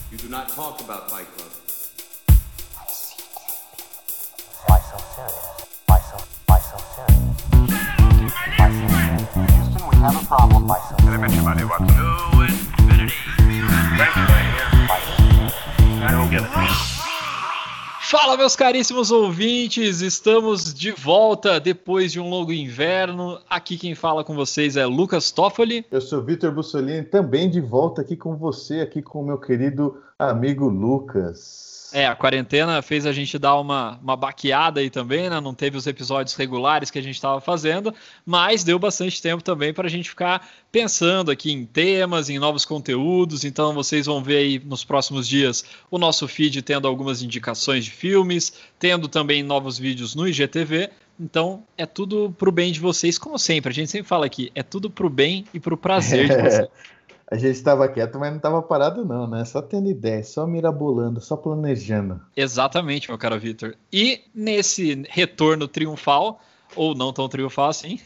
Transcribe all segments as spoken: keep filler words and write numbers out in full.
You do not talk about Fight Club. Why so serious? Why so, why so serious? Why so serious? Houston, we have a problem. Why so serious? To infinity. Why so serious? I don't get it. Fala, meus caríssimos ouvintes, estamos de volta depois de um longo inverno. Aqui quem fala com vocês é Lucas Toffoli. Eu sou Vitor Bussolini, também de volta aqui com você, aqui com o meu querido amigo Lucas. É, a quarentena fez a gente dar uma, uma baqueada aí também, né? Não teve os episódios regulares que a gente estava fazendo, mas deu bastante tempo também para a gente ficar pensando aqui em temas, em novos conteúdos. Então vocês vão ver aí nos próximos dias o nosso feed tendo algumas indicações de filmes, tendo também novos vídeos no I G T V. Então é tudo pro bem de vocês, como sempre. A gente sempre fala aqui, é tudo pro bem e pro prazer de vocês. A gente estava quieto, mas não estava parado não, né? Só tendo ideia, só mirabolando, só planejando. Exatamente, meu caro Vitor. E nesse retorno triunfal, ou não tão triunfal assim,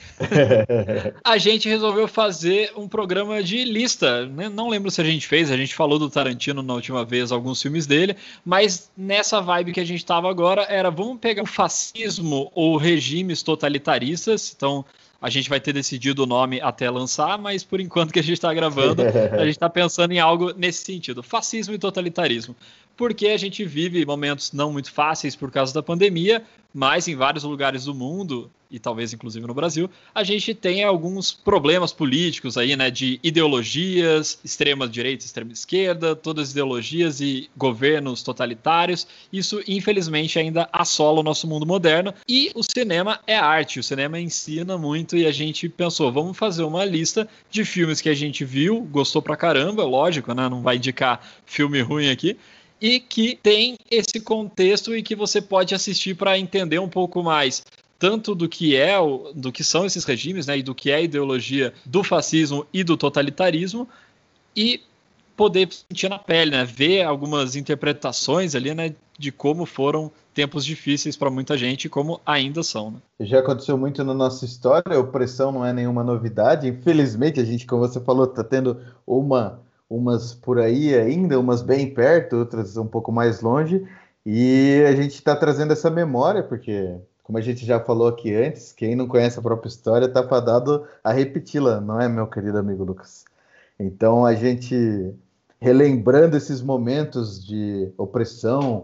a gente resolveu fazer um programa de lista, né? Não lembro se a gente fez, a gente falou do Tarantino na última vez, alguns filmes dele, mas nessa vibe que a gente estava agora era, vamos pegar o fascismo ou regimes totalitaristas. Então a gente vai ter decidido o nome até lançar, mas por enquanto que a gente está gravando, a gente está pensando em algo nesse sentido, fascismo e totalitarismo. Porque a gente vive momentos não muito fáceis por causa da pandemia, mas em vários lugares do mundo, e talvez inclusive no Brasil, a gente tem alguns problemas políticos aí, né, de ideologias, extrema direita, extrema esquerda, todas as ideologias e governos totalitários. Isso, infelizmente, ainda assola o nosso mundo moderno. E o cinema é arte, o cinema ensina muito, e a gente pensou, vamos fazer uma lista de filmes que a gente viu, gostou pra caramba, lógico, né, não vai indicar filme ruim aqui, e que tem esse contexto e que você pode assistir para entender um pouco mais tanto do que é, do que são esses regimes, né, e do que é a ideologia do fascismo e do totalitarismo, e poder sentir na pele, né, ver algumas interpretações ali, né, de como foram tempos difíceis para muita gente e como ainda são, né? Já aconteceu muito na nossa história, a opressão não é nenhuma novidade. Infelizmente, a gente, como você falou, está tendo uma... umas por aí ainda, umas bem perto, outras um pouco mais longe, e a gente está trazendo essa memória, porque, como a gente já falou aqui antes, quem não conhece a própria história está fadado a repeti-la, não é, meu querido amigo Lucas? Então, a gente, relembrando esses momentos de opressão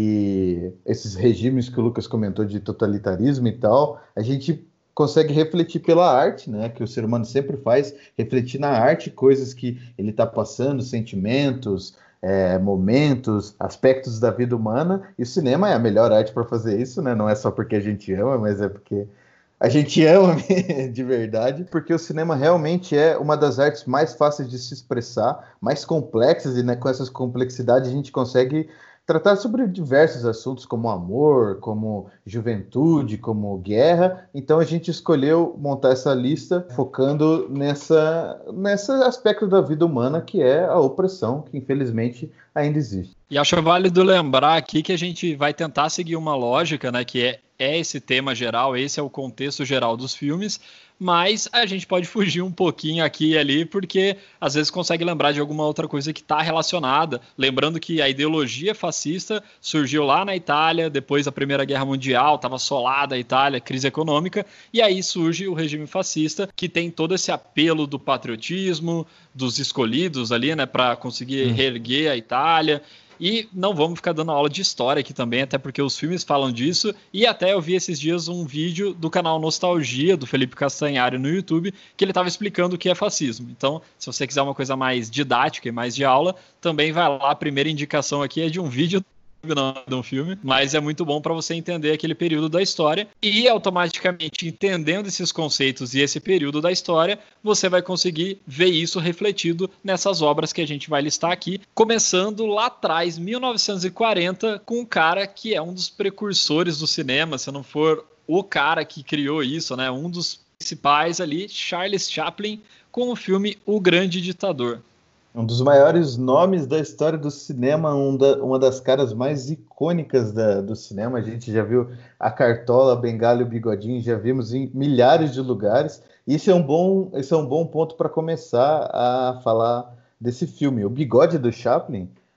e esses regimes que o Lucas comentou de totalitarismo e tal, a gente consegue refletir pela arte, né, que o ser humano sempre faz, refletir na arte coisas que ele está passando, sentimentos, é, momentos, aspectos da vida humana, e o cinema é a melhor arte para fazer isso, né, não é só porque a gente ama, mas é porque a gente ama de verdade, porque o cinema realmente é uma das artes mais fáceis de se expressar, mais complexas, e né, com essas complexidades a gente consegue tratar sobre diversos assuntos, como amor, como juventude, como guerra. Então a gente escolheu montar essa lista focando nessa, nesse aspecto da vida humana, que é a opressão, que infelizmente ainda existe. E acho válido lembrar aqui que a gente vai tentar seguir uma lógica, né, que é, é esse tema geral, esse é o contexto geral dos filmes, mas a gente pode fugir um pouquinho aqui e ali, porque às vezes consegue lembrar de alguma outra coisa que está relacionada. Lembrando que a ideologia fascista surgiu lá na Itália, depois da Primeira Guerra Mundial, estava assolada a Itália, crise econômica, e aí surge o regime fascista, que tem todo esse apelo do patriotismo, dos escolhidos ali, né, para conseguir hum. reerguer a Itália. E não vamos ficar dando aula de história aqui também, até porque os filmes falam disso, e até eu vi esses dias um vídeo do canal Nostalgia, do Felipe Castanhari no YouTube, que ele estava explicando o que é fascismo. Então, se você quiser uma coisa mais didática e mais de aula, também vai lá, a primeira indicação aqui é de um vídeo, não de um filme, mas é muito bom para você entender aquele período da história, e automaticamente entendendo esses conceitos e esse período da história, você vai conseguir ver isso refletido nessas obras que a gente vai listar aqui, começando lá atrás, mil novecentos e quarenta, com um cara que é um dos precursores do cinema, se não for o cara que criou isso, né, um dos principais ali, Charles Chaplin, com o filme O Grande Ditador. Um dos maiores nomes da história do cinema, um da, uma das caras mais icônicas da, do cinema. A gente já viu a Cartola, a Bengala e o Bigodinho, já vimos em milhares de lugares. Isso é um bom, esse é um bom ponto para começar a falar desse filme. O bigode do Chaplin,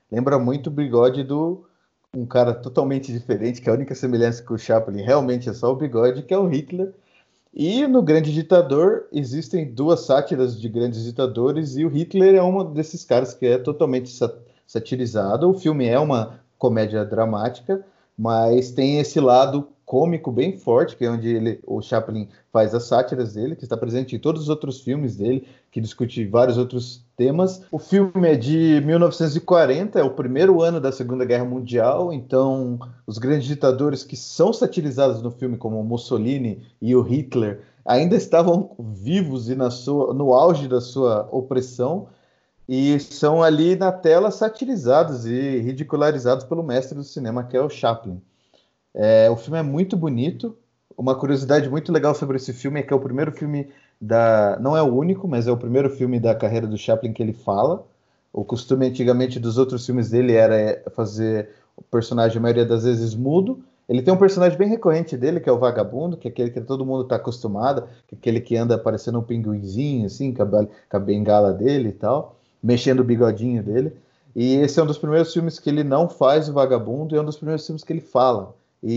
Lembra muito o bigode do um cara totalmente diferente, que a única semelhança com o Chaplin realmente é só o bigode, que é o Hitler. E no Grande Ditador existem duas sátiras de grandes ditadores e o Hitler é um desses caras que é totalmente satirizado. O filme é uma comédia dramática, mas tem esse lado cômico bem forte, que é onde ele, o Chaplin faz as sátiras dele, que está presente em todos os outros filmes dele, que discute vários outros temas. O filme é de mil novecentos e quarenta, é o primeiro ano da Segunda Guerra Mundial, então os grandes ditadores que são satirizados no filme, como Mussolini e o Hitler, ainda estavam vivos e na sua, no auge da sua opressão, e são ali na tela satirizados e ridicularizados pelo mestre do cinema, que é o Chaplin. É, o filme é muito bonito. Uma curiosidade muito legal sobre esse filme é que é o primeiro filme da... Não é o único, mas é o primeiro filme da carreira do Chaplin que ele fala. O costume antigamente dos outros filmes dele era fazer o personagem, a maioria das vezes, mudo. Ele tem um personagem bem recorrente dele, que é o vagabundo, que é aquele que todo mundo está acostumado, que é aquele que anda parecendo um pinguinzinho, assim, com a, com a bengala dele e tal, mexendo o bigodinho dele. E esse é um dos primeiros filmes que ele não faz o vagabundo e é um dos primeiros filmes que ele fala.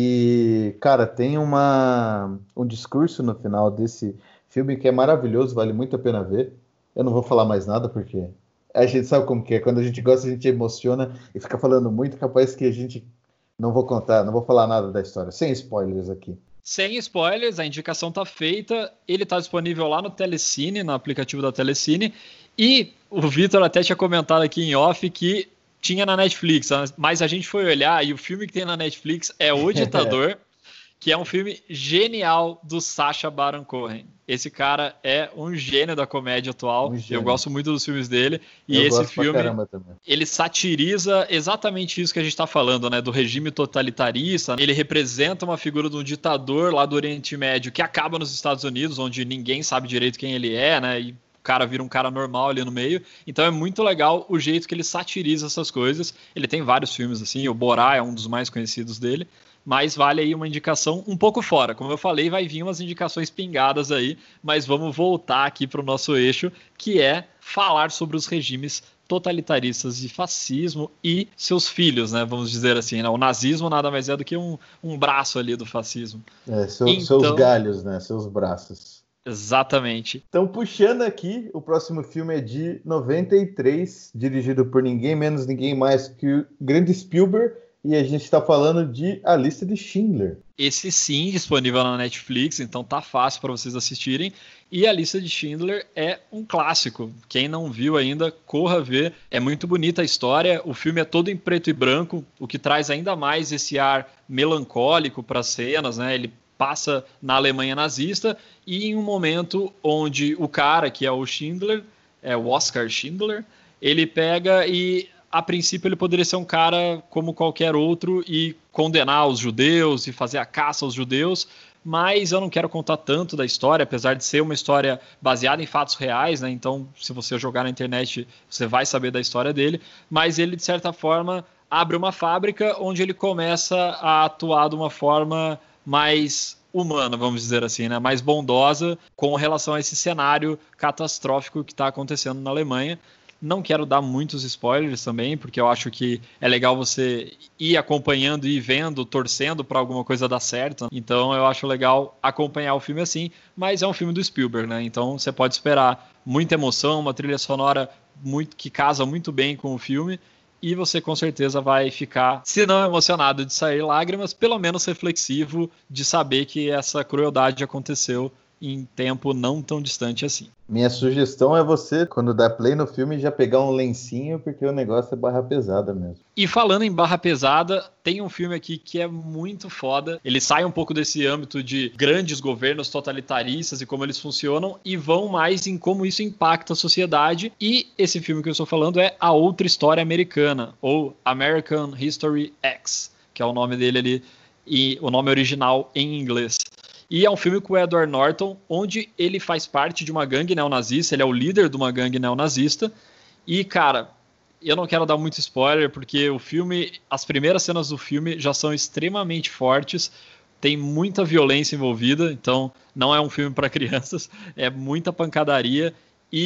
E, cara, tem uma, um discurso no final desse filme que é maravilhoso, vale muito a pena ver. Eu não vou falar mais nada, porque a gente sabe como que é. Quando a gente gosta, a gente emociona e fica falando muito, capaz que a gente... Não vou contar, não vou falar nada da história, sem spoilers aqui. Sem spoilers, a indicação tá feita, ele tá disponível lá no Telecine, no aplicativo da Telecine, e o Vitor até tinha comentado aqui em off que tinha na Netflix, mas a gente foi olhar e o filme que tem na Netflix é O Ditador, que é um filme genial do Sacha Baron Cohen. Esse cara é um gênio da comédia atual, um eu gosto muito dos filmes dele, e eu esse filme, ele satiriza exatamente isso que a gente está falando, né, do regime totalitarista. Ele representa uma figura de um ditador lá do Oriente Médio que acaba nos Estados Unidos, onde ninguém sabe direito quem ele é, né, e o cara vira um cara normal ali no meio. Então é muito legal o jeito que ele satiriza essas coisas. Ele tem vários filmes assim, o Borá é um dos mais conhecidos dele, mas vale aí uma indicação um pouco fora. Como eu falei, vai vir umas indicações pingadas aí, mas vamos voltar aqui para o nosso eixo, que é falar sobre os regimes totalitaristas e fascismo e seus filhos, né? Vamos dizer assim, né? O nazismo nada mais é do que um, um braço ali do fascismo. É, seu, então, seus galhos, né? Seus braços. Exatamente. Então, puxando aqui, o próximo filme é de noventa e três, dirigido por ninguém menos, ninguém mais que o grande Spielberg, e a gente está falando de A Lista de Schindler. Esse sim, disponível na Netflix, então tá fácil para vocês assistirem. E A Lista de Schindler é um clássico. Quem não viu ainda, corra ver. É muito bonita a história. O filme é todo em preto e branco, o que traz ainda mais esse ar melancólico para as cenas, né? Ele passa na Alemanha nazista e em um momento onde o cara, que é o Schindler, é o Oscar Schindler, ele pega e, a princípio, ele poderia ser um cara como qualquer outro e condenar os judeus e fazer a caça aos judeus, mas eu não quero contar tanto da história, apesar de ser uma história baseada em fatos reais, né? Então, se você jogar na internet, você vai saber da história dele, mas ele, de certa forma, abre uma fábrica onde ele começa a atuar de uma forma mais humana, vamos dizer assim, né? Mais bondosa com relação a esse cenário catastrófico que está acontecendo na Alemanha. Não quero dar muitos spoilers também, porque eu acho que é legal você ir acompanhando e ir vendo, torcendo para alguma coisa dar certo. Então eu acho legal acompanhar o filme assim, mas é um filme do Spielberg, né? Então você pode esperar muita emoção, uma trilha sonora muito, que casa muito bem com o filme, e você com certeza vai ficar, se não emocionado de sair lágrimas, pelo menos reflexivo de saber que essa crueldade aconteceu em tempo não tão distante assim. Minha sugestão é você, quando dá play no filme, já pegar um lencinho, porque o negócio é barra pesada mesmo. E falando em barra pesada, tem um filme aqui que é muito foda. Ele sai um pouco desse âmbito de grandes governos totalitaristas e como eles funcionam, e vão mais em como isso impacta a sociedade. E esse filme que eu estou falando é A Outra História Americana, ou American History X, que é o nome dele ali, e o nome original em inglês. E é um filme com o Edward Norton, onde ele faz parte de uma gangue neonazista, ele é o líder de uma gangue neonazista. E, cara, eu não quero dar muito spoiler, porque o filme, as primeiras cenas do filme já são extremamente fortes, tem muita violência envolvida, então não é um filme para crianças, é muita pancadaria. E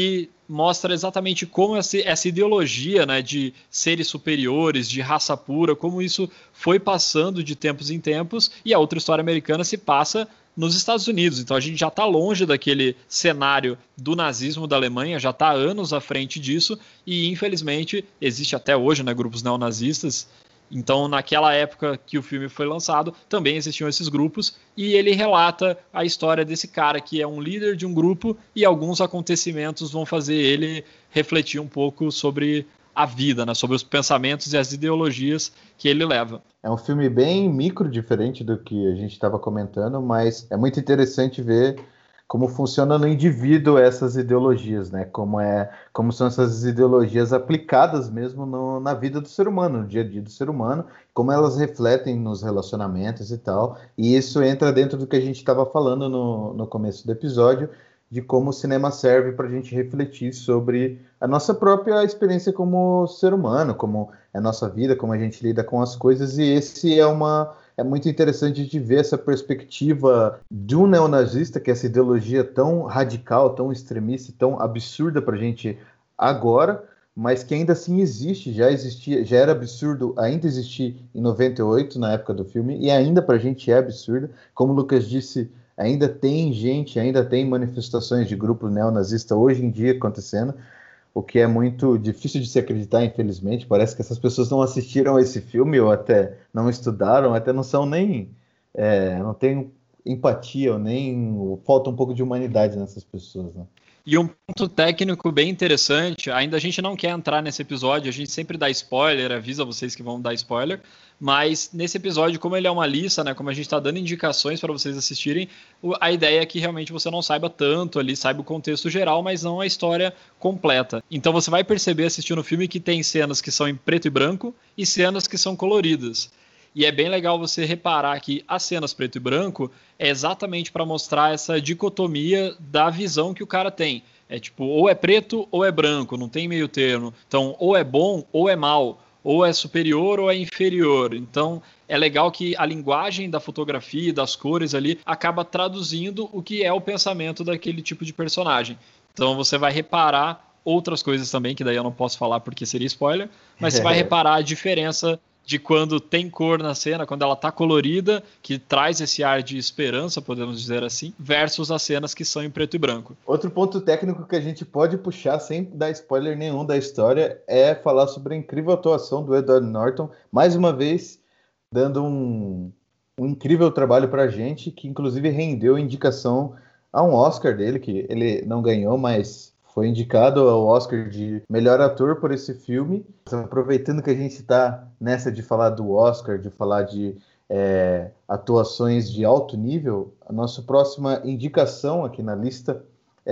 mostra exatamente como essa, essa ideologia, né, de seres superiores, de raça pura, como isso foi passando de tempos em tempos, e a outra história americana se passa nos Estados Unidos. Então a gente já está longe daquele cenário do nazismo da Alemanha, já está anos à frente disso, e infelizmente existe até hoje, né, grupos neonazistas. Então, naquela época que o filme foi lançado, também existiam esses grupos, e ele relata a história desse cara que é um líder de um grupo, e alguns acontecimentos vão fazer ele refletir um pouco sobre a vida, né, sobre os pensamentos e as ideologias que ele leva. É um filme bem micro, diferente do que a gente estava comentando, mas é muito interessante ver como funciona no indivíduo essas ideologias, né? Como, é, como são essas ideologias aplicadas mesmo no, na vida do ser humano, no dia a dia do ser humano, como elas refletem nos relacionamentos e tal. E isso entra dentro do que a gente estava falando no, no começo do episódio, de como o cinema serve para a gente refletir sobre a nossa própria experiência como ser humano, como é a nossa vida, como a gente lida com as coisas, e esse é uma... É muito interessante de ver essa perspectiva de um neonazista, que é essa ideologia tão radical, tão extremista, tão absurda para a gente agora, mas que ainda assim existe, já existia, já era absurdo ainda existir em noventa e oito, na época do filme, e ainda para a gente é absurdo. Como o Lucas disse, ainda tem gente, ainda tem manifestações de grupo neonazista hoje em dia acontecendo, o que é muito difícil de se acreditar, infelizmente. Parece que essas pessoas não assistiram a esse filme, ou até não estudaram, até não são nem... É, não tem empatia, ou nem... Falta um pouco de humanidade nessas pessoas, né? E um ponto técnico bem interessante, ainda a gente não quer entrar nesse episódio, a gente sempre dá spoiler, avisa vocês que vão dar spoiler, mas nesse episódio, como ele é uma lista, né, como a gente está dando indicações para vocês assistirem, a ideia é que realmente você não saiba tanto ali, saiba o contexto geral, mas não a história completa. Então você vai perceber assistindo o filme que tem cenas que são em preto e branco e cenas que são coloridas. E é bem legal você reparar que as cenas preto e branco é exatamente para mostrar essa dicotomia da visão que o cara tem. É tipo, ou é preto ou é branco, não tem meio termo. Então, ou é bom ou é mal, ou é superior ou é inferior. Então, é legal que a linguagem da fotografia e das cores ali acaba traduzindo o que é o pensamento daquele tipo de personagem. Então, você vai reparar outras coisas também, que daí eu não posso falar porque seria spoiler, mas você vai reparar a diferença de quando tem cor na cena, quando ela tá colorida, que traz esse ar de esperança, podemos dizer assim, versus as cenas que são em preto e branco. Outro ponto técnico que a gente pode puxar sem dar spoiler nenhum da história é falar sobre a incrível atuação do Edward Norton, mais uma vez dando um, um incrível trabalho pra gente, que inclusive rendeu indicação a um Oscar dele, que ele não ganhou, mas foi indicado ao Oscar de melhor ator por esse filme. Aproveitando que a gente está nessa de falar do Oscar, de falar de é, atuações de alto nível, a nossa próxima indicação aqui na lista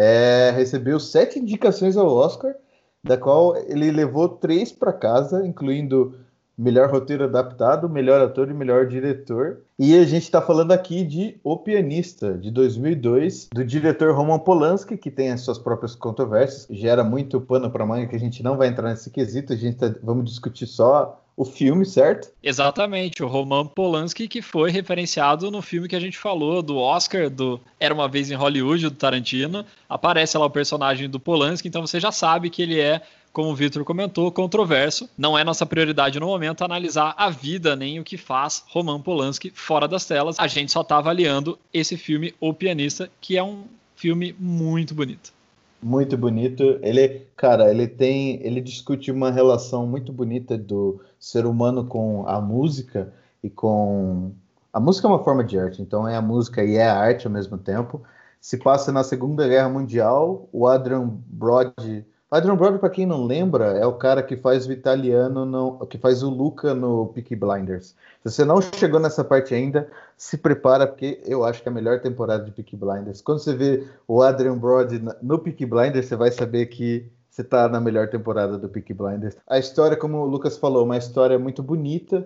é, recebeu sete indicações ao Oscar, da qual ele levou três para casa, incluindo melhor roteiro adaptado, melhor ator e melhor diretor. E a gente está falando aqui de O Pianista, de dois mil e dois, do diretor Roman Polanski, que tem as suas próprias controvérsias, gera muito pano para manga, que a gente não vai entrar nesse quesito, a gente tá, vamos discutir só o filme, certo? Exatamente, o Roman Polanski, que foi referenciado no filme que a gente falou, do Oscar, do Era Uma Vez em Hollywood, do Tarantino. Aparece lá o personagem do Polanski, então você já sabe que ele é, como o Victor comentou, controverso. Não é nossa prioridade no momento analisar a vida nem o que faz Roman Polanski fora das telas. A gente só está avaliando esse filme, O Pianista, que é um filme muito bonito. Muito bonito. Ele, cara, ele tem, ele discute uma relação muito bonita do ser humano com a música e com... A música é uma forma de arte, então é a música e é a arte ao mesmo tempo. Se passa na Segunda Guerra Mundial. O Adrian Brody... Adrian Brody, para quem não lembra, é o cara que faz o italiano, no, que faz o Luca no Peaky Blinders. Se você não chegou nessa parte ainda, se prepara, porque eu acho que é a melhor temporada de Peaky Blinders. Quando você vê o Adrian Brody no Peaky Blinders, você vai saber que você está na melhor temporada do Peaky Blinders. A história, como o Lucas falou, é uma história muito bonita,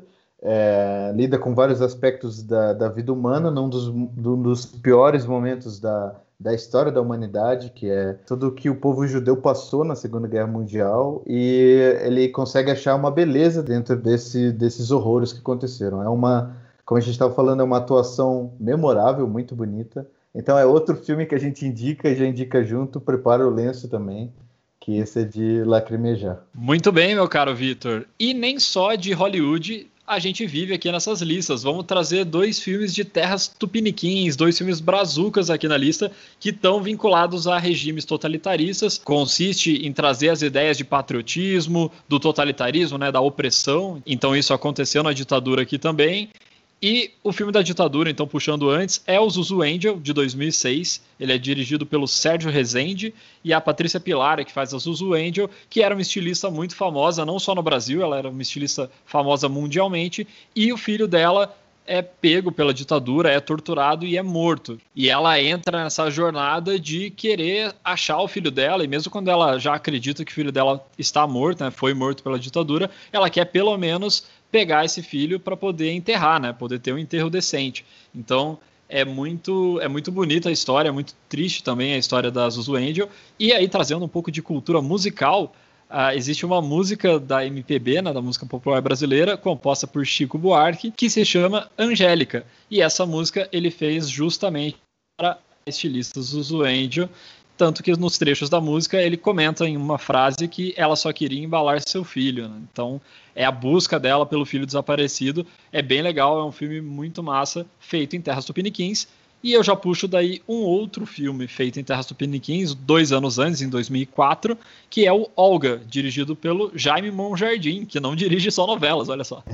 é, lida com vários aspectos da, da vida humana, num dos, num dos piores momentos da, da história da humanidade, que é tudo o que o povo judeu passou na Segunda Guerra Mundial, e ele consegue achar uma beleza dentro desse, desses horrores que aconteceram. É uma, como a gente estava falando, é uma atuação memorável, muito bonita. Então é outro filme que a gente indica e já indica junto, prepara o lenço também, que esse é de lacrimejar. Muito bem, meu caro Vitor. E nem só de Hollywood a gente vive aqui nessas listas. Vamos trazer dois filmes de terras tupiniquins, dois filmes brazucas aqui na lista, que estão vinculados a regimes totalitaristas. Consiste em trazer as ideias de patriotismo, do totalitarismo, né, da opressão. Então isso aconteceu na ditadura aqui também. E o filme da ditadura, então puxando antes, é o Zuzu Angel, de dois mil e seis. Ele é dirigido pelo Sérgio Rezende e a Patrícia Pilar, que faz a Zuzu Angel, que era uma estilista muito famosa, não só no Brasil, ela era uma estilista famosa mundialmente, e o filho dela é pego pela ditadura, é torturado e é morto. E ela entra nessa jornada de querer achar o filho dela, e mesmo quando ela já acredita que o filho dela está morto, né, foi morto pela ditadura, ela quer pelo menos pegar esse filho para poder enterrar, né, poder ter um enterro decente. Então é muito, é muito bonita a história, é muito triste também a história da Zuzu Angel. E aí, trazendo um pouco de cultura musical, Uh, existe uma música da M P B, né, da música popular brasileira, composta por Chico Buarque, que se chama Angélica. E essa música ele fez justamente para a estilista Zuzu Angel, tanto que nos trechos da música ele comenta em uma frase que ela só queria embalar seu filho, né? Então é a busca dela pelo filho desaparecido. É bem legal, é um filme muito massa, feito em terras tupiniquins. E eu já puxo daí um outro filme feito em terras tupiniquins, dois anos antes, em dois mil e quatro, que é o Olga, dirigido pelo Jaime Monjardim, que não dirige só novelas, olha só.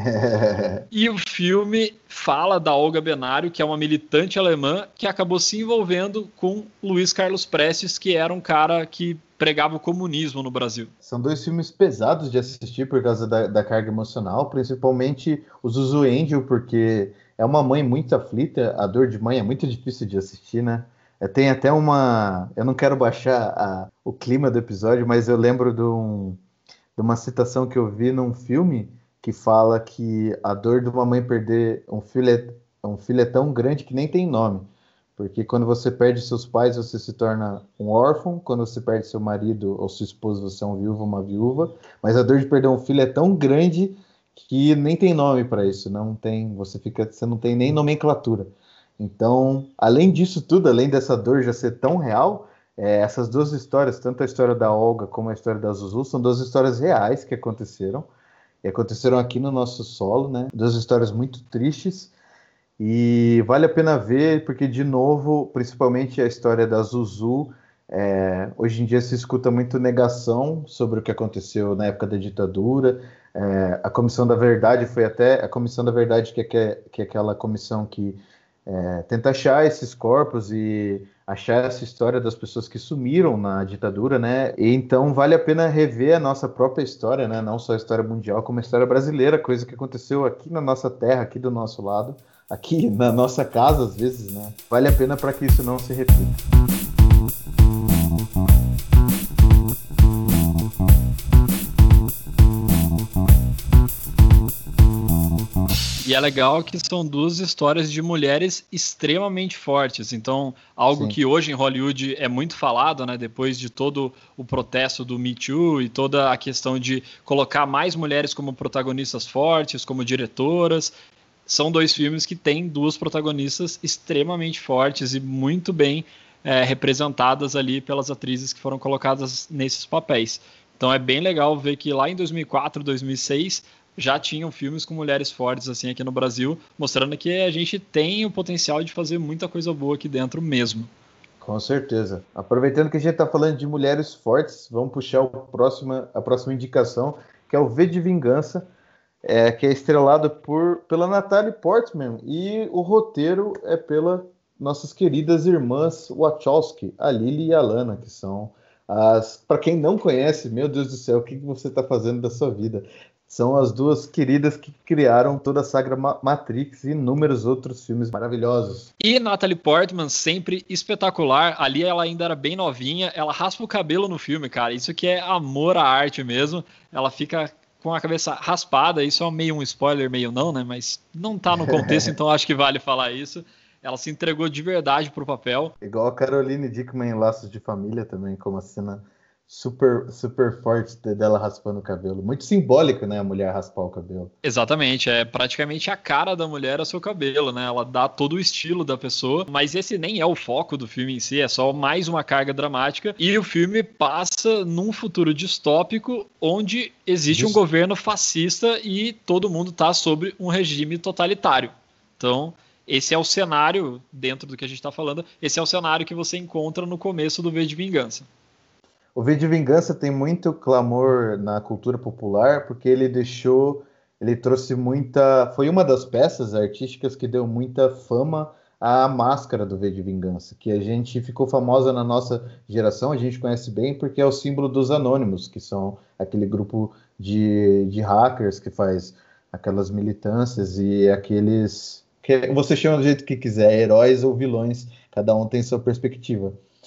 E o filme fala da Olga Benário, que é uma militante alemã que acabou se envolvendo com Luiz Carlos Prestes, que era um cara que pregava o comunismo no Brasil. São dois filmes pesados de assistir por causa da, da carga emocional, principalmente o Zuzu Angel, porque é uma mãe muito aflita, a dor de mãe é muito difícil de assistir, né? Tem até uma... Eu não quero baixar a, o clima do episódio, mas eu lembro de, um, de uma citação que eu vi num filme que fala que a dor de uma mãe perder um filho é, um filho é tão grande que nem tem nome. Porque quando você perde seus pais, você se torna um órfão. Quando você perde seu marido ou sua esposa, você é um viúvo ou uma viúva. Mas a dor de perder um filho é tão grande que nem tem nome para isso. Não tem, você, fica, você não tem nem nomenclatura. Então, além disso tudo, além dessa dor já ser tão real, é, essas duas histórias, tanto a história da Olga como a história da Zuzu, são duas histórias reais que aconteceram. E aconteceram aqui no nosso solo, né? Duas histórias muito tristes. E vale a pena ver, porque, de novo, principalmente a história da Zuzu, é, hoje em dia se escuta muito negação sobre o que aconteceu na época da ditadura. É, a Comissão da Verdade foi até... A Comissão da Verdade, que é, que é, que é aquela comissão que é, tenta achar esses corpos e achar essa história das pessoas que sumiram na ditadura, né? E então vale a pena rever a nossa própria história, né? Não só a história mundial, como a história brasileira, coisa que aconteceu aqui na nossa terra, aqui do nosso lado, aqui na nossa casa, às vezes, né? Vale a pena para que isso não se repita. E é legal que são duas histórias de mulheres extremamente fortes. Então, algo Sim. que hoje em Hollywood é muito falado, né? Depois de todo o protesto do Me Too e toda a questão de colocar mais mulheres como protagonistas fortes, como diretoras. São dois filmes que têm duas protagonistas extremamente fortes e muito bem é, representadas ali pelas atrizes que foram colocadas nesses papéis. Então é bem legal ver que lá em dois mil e quatro, dois mil e seis já tinham filmes com mulheres fortes assim aqui no Brasil, mostrando que a gente tem o potencial de fazer muita coisa boa aqui dentro mesmo. Com certeza. Aproveitando que a gente está falando de mulheres fortes, vamos puxar o próximo, a próxima indicação, que é o V de Vingança, É, que é estrelado por, pela Natalie Portman, e o roteiro é pela nossas queridas irmãs Wachowski, a Lily e a Lana, que são as... Para quem não conhece, meu Deus do céu, o que você está fazendo da sua vida? São as duas queridas que criaram toda a saga Matrix e inúmeros outros filmes maravilhosos. E Natalie Portman, sempre espetacular. Ali ela ainda era bem novinha, ela raspa o cabelo no filme, cara. Isso que é amor à arte mesmo. Ela fica com a cabeça raspada, isso é meio um spoiler, meio não, né? Mas não tá no contexto, então acho que vale falar isso. Ela se entregou de verdade pro papel. Igual a Caroline Dickman em Laços de Família também, como a cena super, super forte dela raspando o cabelo. Muito simbólico, né, a mulher raspar o cabelo. Exatamente, é praticamente a cara da mulher ao seu cabelo, né? Ela dá todo o estilo da pessoa, mas esse nem é o foco do filme em si, é só mais uma carga dramática. E o filme passa num futuro distópico onde existe um governo fascista e todo mundo está sob um regime totalitário. Então, esse é o cenário, dentro do que a gente está falando, esse é o cenário que você encontra no começo do V de Vingança. O V de Vingança tem muito clamor na cultura popular, porque ele deixou, ele trouxe muita, foi uma das peças artísticas que deu muita fama à máscara do V de Vingança, que a gente ficou famosa na nossa geração, a gente conhece bem porque é o símbolo dos Anônimos, que são aquele grupo de, de hackers que faz aquelas militâncias e aqueles, que você chama do jeito que quiser, heróis ou vilões, cada um tem sua perspectiva.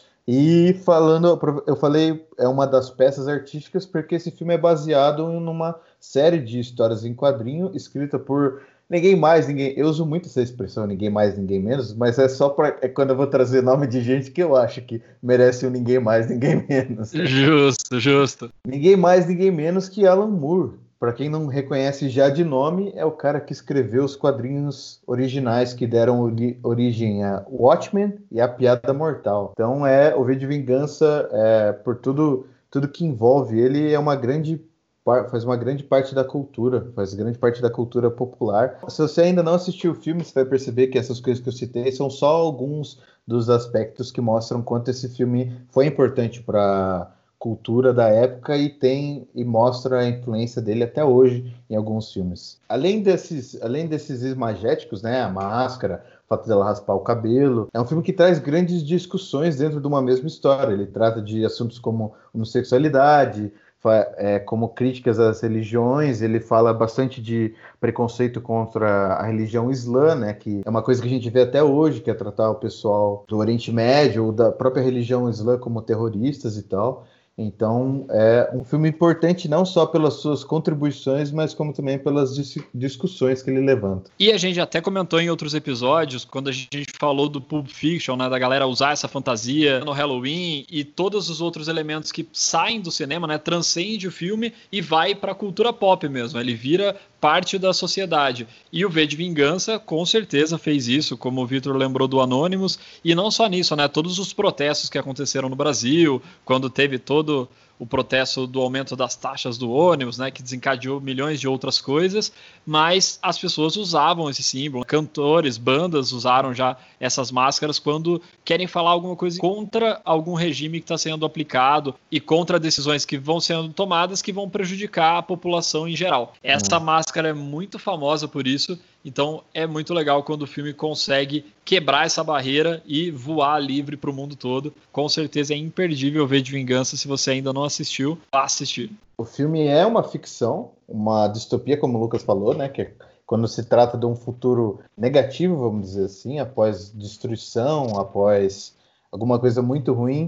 E falando, eu falei, é uma das peças artísticas porque esse filme é baseado em uma série de histórias em quadrinho escrita por ninguém mais, ninguém. Eu uso muito essa expressão, ninguém mais, ninguém menos, mas é só pra, é quando eu vou trazer nome de gente que eu acho que merece um ninguém mais, ninguém menos. Justo, justo. Ninguém mais, ninguém menos que Alan Moore. Para quem não reconhece já de nome, é o cara que escreveu os quadrinhos originais que deram ori- origem a Watchmen e a Piada Mortal. Então, é o V de Vingança, é, por tudo, tudo que envolve ele, é uma grande, faz uma grande parte da cultura, faz grande parte da cultura popular. Se você ainda não assistiu o filme, você vai perceber que essas coisas que eu citei são só alguns dos aspectos que mostram quanto esse filme foi importante para cultura da época e tem e mostra a influência dele até hoje em alguns filmes. Além desses, além desses imagéticos, né, a máscara, o fato dela raspar o cabelo, é um filme que traz grandes discussões dentro de uma mesma história. Ele trata de assuntos como homossexualidade, é, como críticas às religiões, ele fala bastante de preconceito contra a religião islã, né, que é uma coisa que a gente vê até hoje, que é tratar o pessoal do Oriente Médio ou da própria religião islã como terroristas e tal. Então, é um filme importante não só pelas suas contribuições, mas como também pelas dis- discussões que ele levanta. E a gente até comentou em outros episódios, quando a gente falou do Pulp Fiction, né, da galera usar essa fantasia no Halloween e todos os outros elementos que saem do cinema, né, transcende o filme e vai para a cultura pop mesmo. Ele vira parte da sociedade. E o V de Vingança, com certeza, fez isso, como o Vitor lembrou do Anonymous, e não só nisso, né? Todos os protestos que aconteceram no Brasil, quando teve todo o protesto do aumento das taxas do ônibus, né, que desencadeou milhões de outras coisas, mas as pessoas usavam esse símbolo. Cantores, bandas usaram já essas máscaras quando querem falar alguma coisa contra algum regime que está sendo aplicado e contra decisões que vão sendo tomadas que vão prejudicar a população em geral. Essa hum. máscara é muito famosa por isso, então é muito legal quando o filme consegue quebrar essa barreira e voar livre para o mundo todo. Com certeza é imperdível V de Vingança. Se você ainda não assistiu, vá assistir. O filme é uma ficção, uma distopia, como o Lucas falou, né? Que é quando se trata de um futuro negativo, vamos dizer assim, após destruição, após alguma coisa muito ruim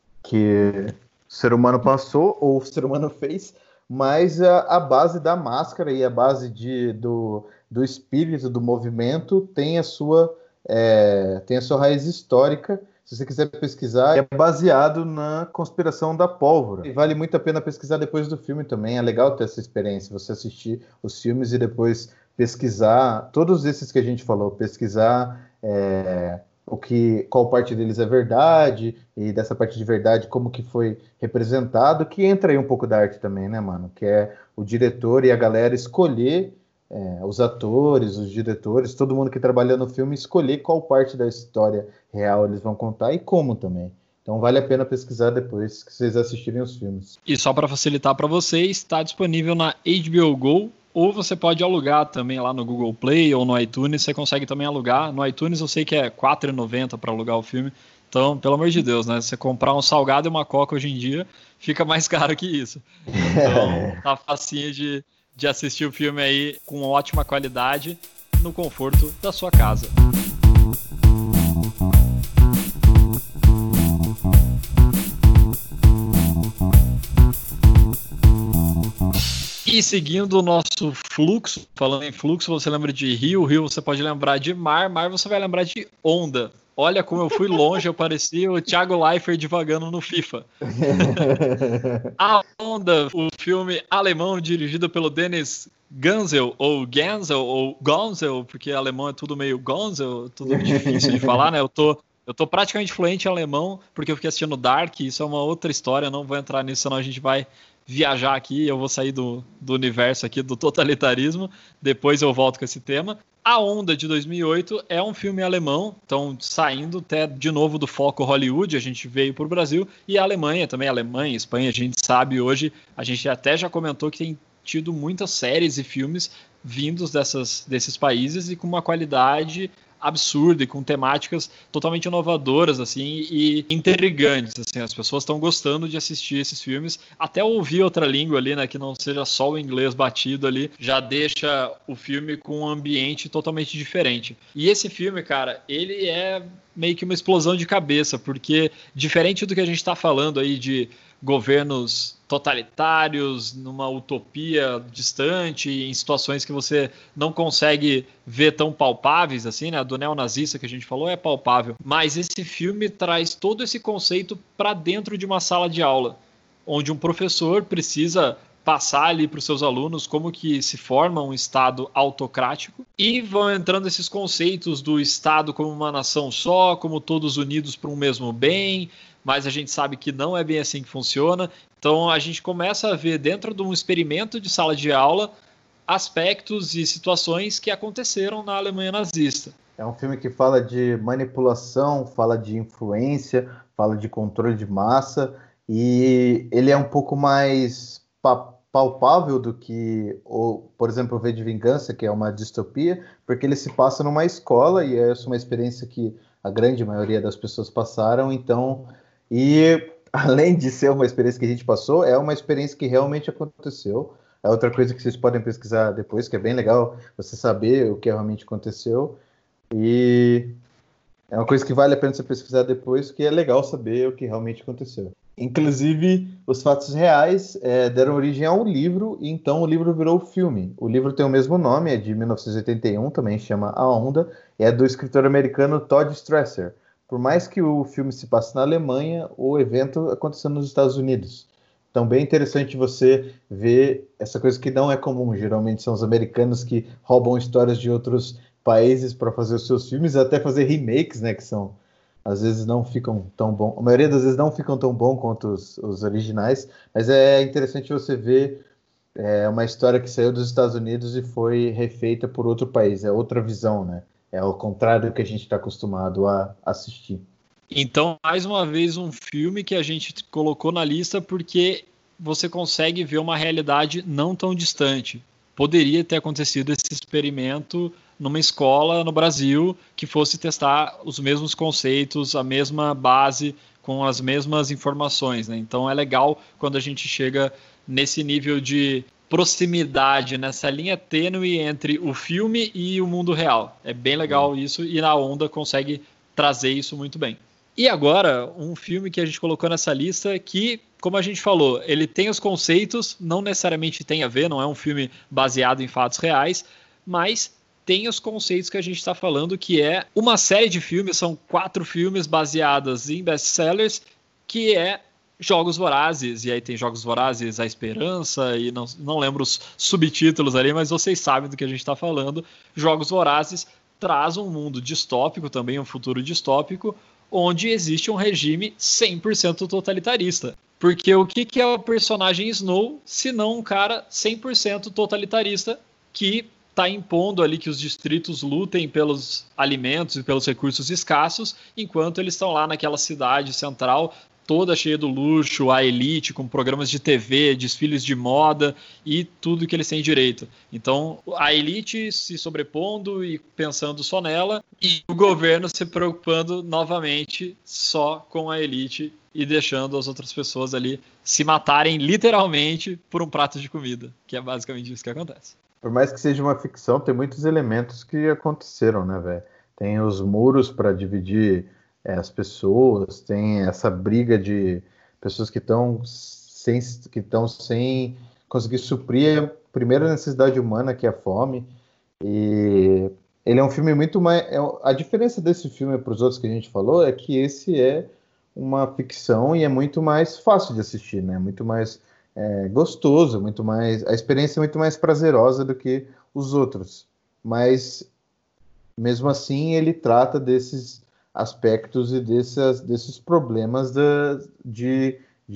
que o ser humano passou ou o ser humano fez, mas a, a base da máscara e a base de, do, do espírito, do movimento, tem a sua, é, tem a sua raiz histórica. Se você quiser pesquisar, é baseado na conspiração da pólvora. E vale muito a pena pesquisar depois do filme também. É legal ter essa experiência, você assistir os filmes e depois pesquisar, todos esses que a gente falou, pesquisar é, o que, qual parte deles é verdade, e dessa parte de verdade, como que foi representado, que entra aí um pouco da arte também, né, mano? Que é o diretor e a galera escolher, é, os atores, os diretores, todo mundo que trabalha no filme, escolher qual parte da história real eles vão contar e como também. Então vale a pena pesquisar depois que vocês assistirem os filmes. E só para facilitar para vocês, está disponível na H B O Go, ou você pode alugar também lá no Google Play ou no iTunes, você consegue também alugar. No iTunes eu sei que é quatro reais e noventa centavos para alugar o filme, então, pelo amor de Deus, né? Se você comprar um salgado e uma coca hoje em dia, fica mais caro que isso. Então, tá facinho de, de assistir o filme aí com ótima qualidade, no conforto da sua casa. E seguindo o nosso fluxo, falando em fluxo, você lembra de rio, rio você pode lembrar de mar, mar você vai lembrar de onda. Olha como eu fui longe, eu parecia o Thiago Leifert divagando no FIFA. A Onda, o filme alemão dirigido pelo Dennis Gansel, ou Gansel, ou Gonzel, porque alemão é tudo meio Gonzel, tudo difícil de falar, né? Eu tô, eu tô praticamente fluente em alemão, porque eu fiquei assistindo Dark, isso é uma outra história, eu não vou entrar nisso, senão a gente vai viajar aqui, eu vou sair do, do universo aqui do totalitarismo, depois eu volto com esse tema. A Onda, de dois mil e oito, é um filme alemão, então saindo até de novo do foco Hollywood, a gente veio para o Brasil, e a Alemanha também, a Alemanha, a Espanha, a gente sabe hoje, a gente até já comentou que tem tido muitas séries e filmes vindos dessas, desses países e com uma qualidade absurda e com temáticas totalmente inovadoras assim e intrigantes, assim, as pessoas estão gostando de assistir esses filmes, até ouvir outra língua ali, né, que não seja só o inglês batido ali, já deixa o filme com um ambiente totalmente diferente. E esse filme, cara, ele é meio que uma explosão de cabeça, porque diferente do que a gente está falando aí de governos totalitários, numa utopia distante, em situações que você não consegue ver tão palpáveis assim, né? Do neonazista que a gente falou é palpável. Mas esse filme traz todo esse conceito para dentro de uma sala de aula, onde um professor precisa passar ali para os seus alunos como que se forma um Estado autocrático, e vão entrando esses conceitos do Estado como uma nação só, como todos unidos para um mesmo bem, mas a gente sabe que não é bem assim que funciona. Então a gente começa a ver dentro de um experimento de sala de aula aspectos e situações que aconteceram na Alemanha nazista. É um filme que fala de manipulação, fala de influência, fala de controle de massa, e ele é um pouco mais pa- palpável do que, o, por exemplo, o V de Vingança, que é uma distopia, porque ele se passa numa escola, e essa é uma experiência que a grande maioria das pessoas passaram, então, e além de ser uma experiência que a gente passou, é uma experiência que realmente aconteceu. É outra coisa que vocês podem pesquisar depois, que é bem legal você saber o que realmente aconteceu, e é uma coisa que vale a pena você pesquisar depois, que é legal saber o que realmente aconteceu. Inclusive, os fatos reais é, deram origem a um livro, e então o livro virou filme. O livro tem o mesmo nome, é de mil novecentos e oitenta e um, também chama A Onda, e é do escritor americano Todd Strasser. Por mais que o filme se passe na Alemanha, o evento aconteceu nos Estados Unidos. Então, bem interessante você ver essa coisa que não é comum. Geralmente são os americanos que roubam histórias de outros países para fazer os seus filmes, até fazer remakes, né, que são... às vezes não ficam tão bom, a maioria das vezes não ficam tão bom quanto os, os originais, mas é interessante você ver é, uma história que saiu dos Estados Unidos e foi refeita por outro país, é outra visão, né? É ao contrário do que a gente está acostumado a assistir. Então, mais uma vez, um filme que a gente colocou na lista porque você consegue ver uma realidade não tão distante. Poderia ter acontecido esse experimento numa escola no Brasil que fosse testar os mesmos conceitos, a mesma base, com as mesmas informações, né? Então é legal quando a gente chega nesse nível de proximidade, nessa linha tênue entre o filme e o mundo real. É bem legal isso, e a Onda consegue trazer isso muito bem. E agora, um filme que a gente colocou nessa lista que, como a gente falou, ele tem os conceitos, não necessariamente tem a ver, não é um filme baseado em fatos reais, mas tem os conceitos que a gente está falando, que é uma série de filmes, são quatro filmes baseados em best-sellers, que é Jogos Vorazes, e aí tem Jogos Vorazes, A Esperança, e não, não lembro os subtítulos ali, mas vocês sabem do que a gente está falando. Jogos Vorazes traz um mundo distópico, também um futuro distópico, onde existe um regime cem por cento totalitarista. Porque o que, que é o personagem Snow, se não um cara cem por cento totalitarista que está impondo ali que os distritos lutem pelos alimentos e pelos recursos escassos, enquanto eles estão lá naquela cidade central, toda cheia do luxo, a elite, com programas de T V, desfiles de moda e tudo que eles têm direito. Então, a elite se sobrepondo e pensando só nela, e o governo se preocupando novamente só com a elite e deixando as outras pessoas ali se matarem literalmente por um prato de comida, que é basicamente isso que acontece. Por mais que seja uma ficção, tem muitos elementos que aconteceram, né, velho? Tem os muros para dividir é, as pessoas, tem essa briga de pessoas que estão sem, que estão sem conseguir suprir a primeira necessidade humana, que é a fome. E ele é um filme muito mais... É, a diferença desse filme para os outros que a gente falou é que esse é uma ficção e é muito mais fácil de assistir, né? Muito mais é, gostoso, muito mais... A experiência é muito mais prazerosa do que os outros. Mas, mesmo assim, ele trata desses aspectos e desses, desses problemas da, de,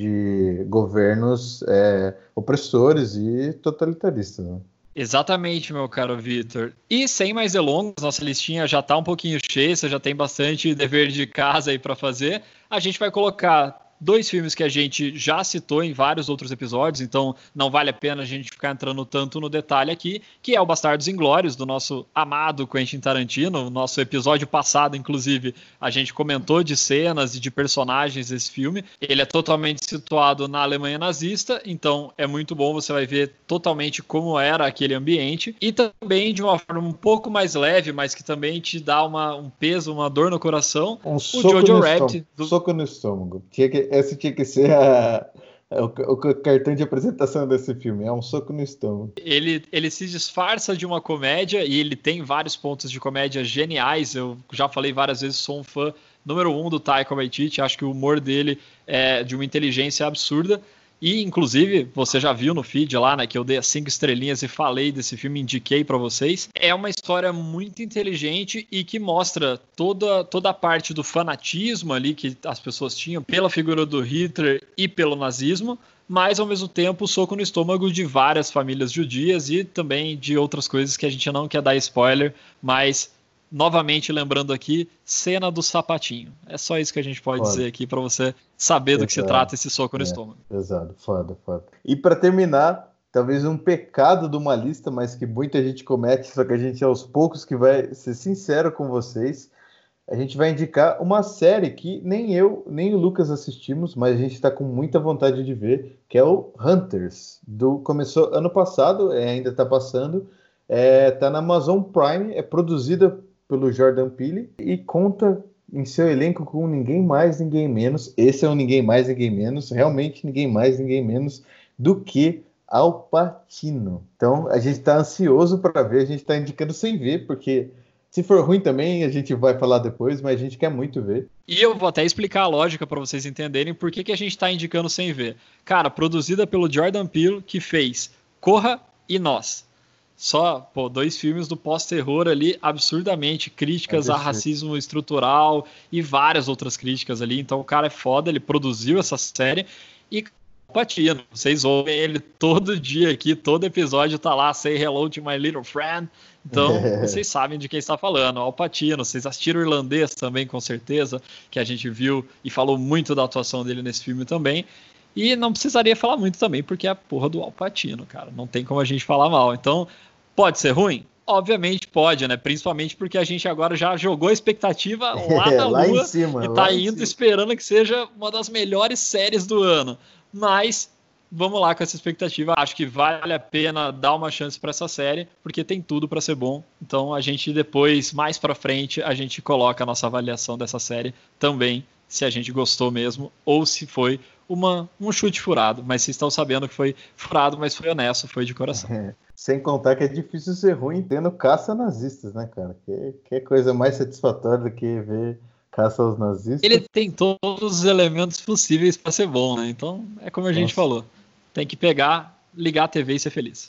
de governos é, opressores e totalitaristas, né? Exatamente, meu caro Vitor. E sem mais delongas, nossa listinha já está um pouquinho cheia, você já tem bastante dever de casa aí para fazer. A gente vai colocar dois filmes que a gente já citou em vários outros episódios, então não vale a pena a gente ficar entrando tanto no detalhe aqui, que é o Bastardos Inglórios, do nosso amado Quentin Tarantino. Nosso episódio passado, inclusive, a gente comentou de cenas e de personagens desse filme. Ele é totalmente situado na Alemanha nazista, então é muito bom, você vai ver totalmente como era aquele ambiente, e também de uma forma um pouco mais leve, mas que também te dá uma, um peso, uma dor no coração, um o soco Jojo no Rabbit. estômago, Do... soco no estômago. Tinha que, esse tinha que ser a, o, o cartão de apresentação desse filme. É um soco no estômago. Ele, ele se disfarça de uma comédia e ele tem vários pontos de comédia geniais. Eu já falei várias vezes, sou um fã número um do Taika Waititi. Acho que o humor dele é de uma inteligência absurda. E, inclusive, você já viu no feed lá, né, que eu dei as cinco estrelinhas e falei desse filme, indiquei para vocês. É uma história muito inteligente e que mostra toda, toda a parte do fanatismo ali que as pessoas tinham pela figura do Hitler e pelo nazismo, mas, ao mesmo tempo, o soco no estômago de várias famílias judias e também de outras coisas que a gente não quer dar spoiler, mas... Novamente lembrando aqui, cena do sapatinho. É só isso que a gente pode foda. dizer aqui para você saber do exato. que se trata esse soco no é, estômago. Exato, foda, foda. E para terminar, talvez um pecado de uma lista, mas que muita gente comete, só que a gente aos poucos que vai ser sincero com vocês, a gente vai indicar uma série que nem eu, nem o Lucas assistimos, mas a gente está com muita vontade de ver, que é o Hunters. Do, começou ano passado, é, ainda está passando, é, tá na Amazon Prime, é produzida pelo Jordan Peele e conta em seu elenco com ninguém mais, ninguém menos. Esse é um ninguém mais, ninguém menos, realmente ninguém mais, ninguém menos do que Al Pacino. Então a gente está ansioso para ver, a gente está indicando sem ver, porque se for ruim também a gente vai falar depois, mas a gente quer muito ver. E eu vou até explicar a lógica para vocês entenderem por que, que a gente está indicando sem ver. Cara, produzida pelo Jordan Peele, que fez Corra e Nós. Só, pô, dois filmes do pós-terror ali, absurdamente, críticas é a racismo estrutural e várias outras críticas ali. Então o cara é foda, ele produziu essa série e Patino, vocês ouvem ele todo dia aqui, todo episódio tá lá, say hello to my little friend. Então vocês sabem de quem está falando, Al Pacino. Vocês assistiram o Irlandês também, com certeza, que a gente viu e falou muito da atuação dele nesse filme também. E não precisaria falar muito também, porque é a porra do Al Pacino, cara. Não tem como a gente falar mal. Então, pode ser ruim? Obviamente pode, né? Principalmente porque a gente agora já jogou a expectativa lá na lá lua em cima, e tá indo esperando que seja uma das melhores séries do ano. Mas vamos lá com essa expectativa. Acho que vale a pena dar uma chance para essa série, porque tem tudo para ser bom. Então a gente depois, mais para frente, a gente coloca a nossa avaliação dessa série também, se a gente gostou mesmo ou se foi uma, um chute furado. Mas vocês estão sabendo que foi furado, mas foi honesto, foi de coração. É. Sem contar que é difícil ser ruim tendo caça a nazistas, né, cara? Que, que coisa mais satisfatória do que ver caça aos nazistas. Ele tem todos os elementos possíveis para ser bom, né? Então, é como a gente Nossa. falou. Tem que pegar, ligar a T V e ser feliz.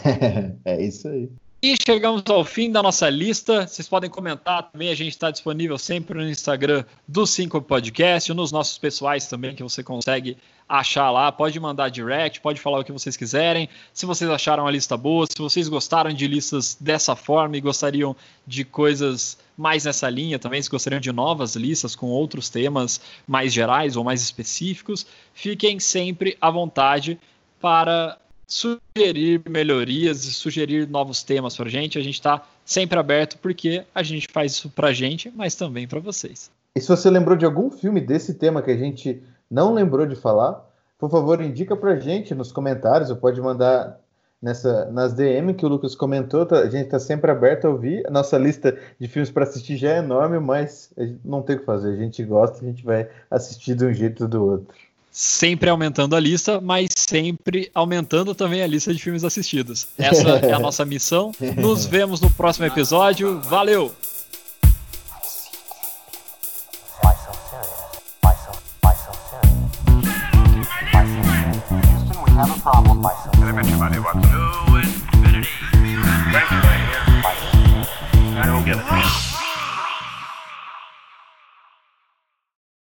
É isso aí. E chegamos ao fim da nossa lista. Vocês podem comentar também, a gente está disponível sempre no Instagram do cinco Podcast, nos nossos pessoais também, que você consegue achar lá. Pode mandar direct, pode falar o que vocês quiserem. Se vocês acharam a lista boa, se vocês gostaram de listas dessa forma e gostariam de coisas mais nessa linha também, se gostariam de novas listas com outros temas mais gerais ou mais específicos, fiquem sempre à vontade para sugerir melhorias e sugerir novos temas para a gente. A gente está sempre aberto porque a gente faz isso para a gente, mas também para vocês. E se você lembrou de algum filme desse tema que a gente não lembrou de falar, por favor, indica para a gente nos comentários, ou pode mandar nessa, nas D M que o Lucas comentou. A gente está sempre aberto a ouvir. A nossa lista de filmes para assistir já é enorme, mas a gente não tem o que fazer. A gente gosta, a gente vai assistir de um jeito ou do outro. sempre aumentando a lista, mas sempre aumentando também a lista de filmes assistidos. Essa é a nossa missão. Nos vemos no próximo episódio. Valeu! Why so serious? Why so, why so serious? Why so serious? Houston, we have a problem. Why so serious? Everybody wants to do it.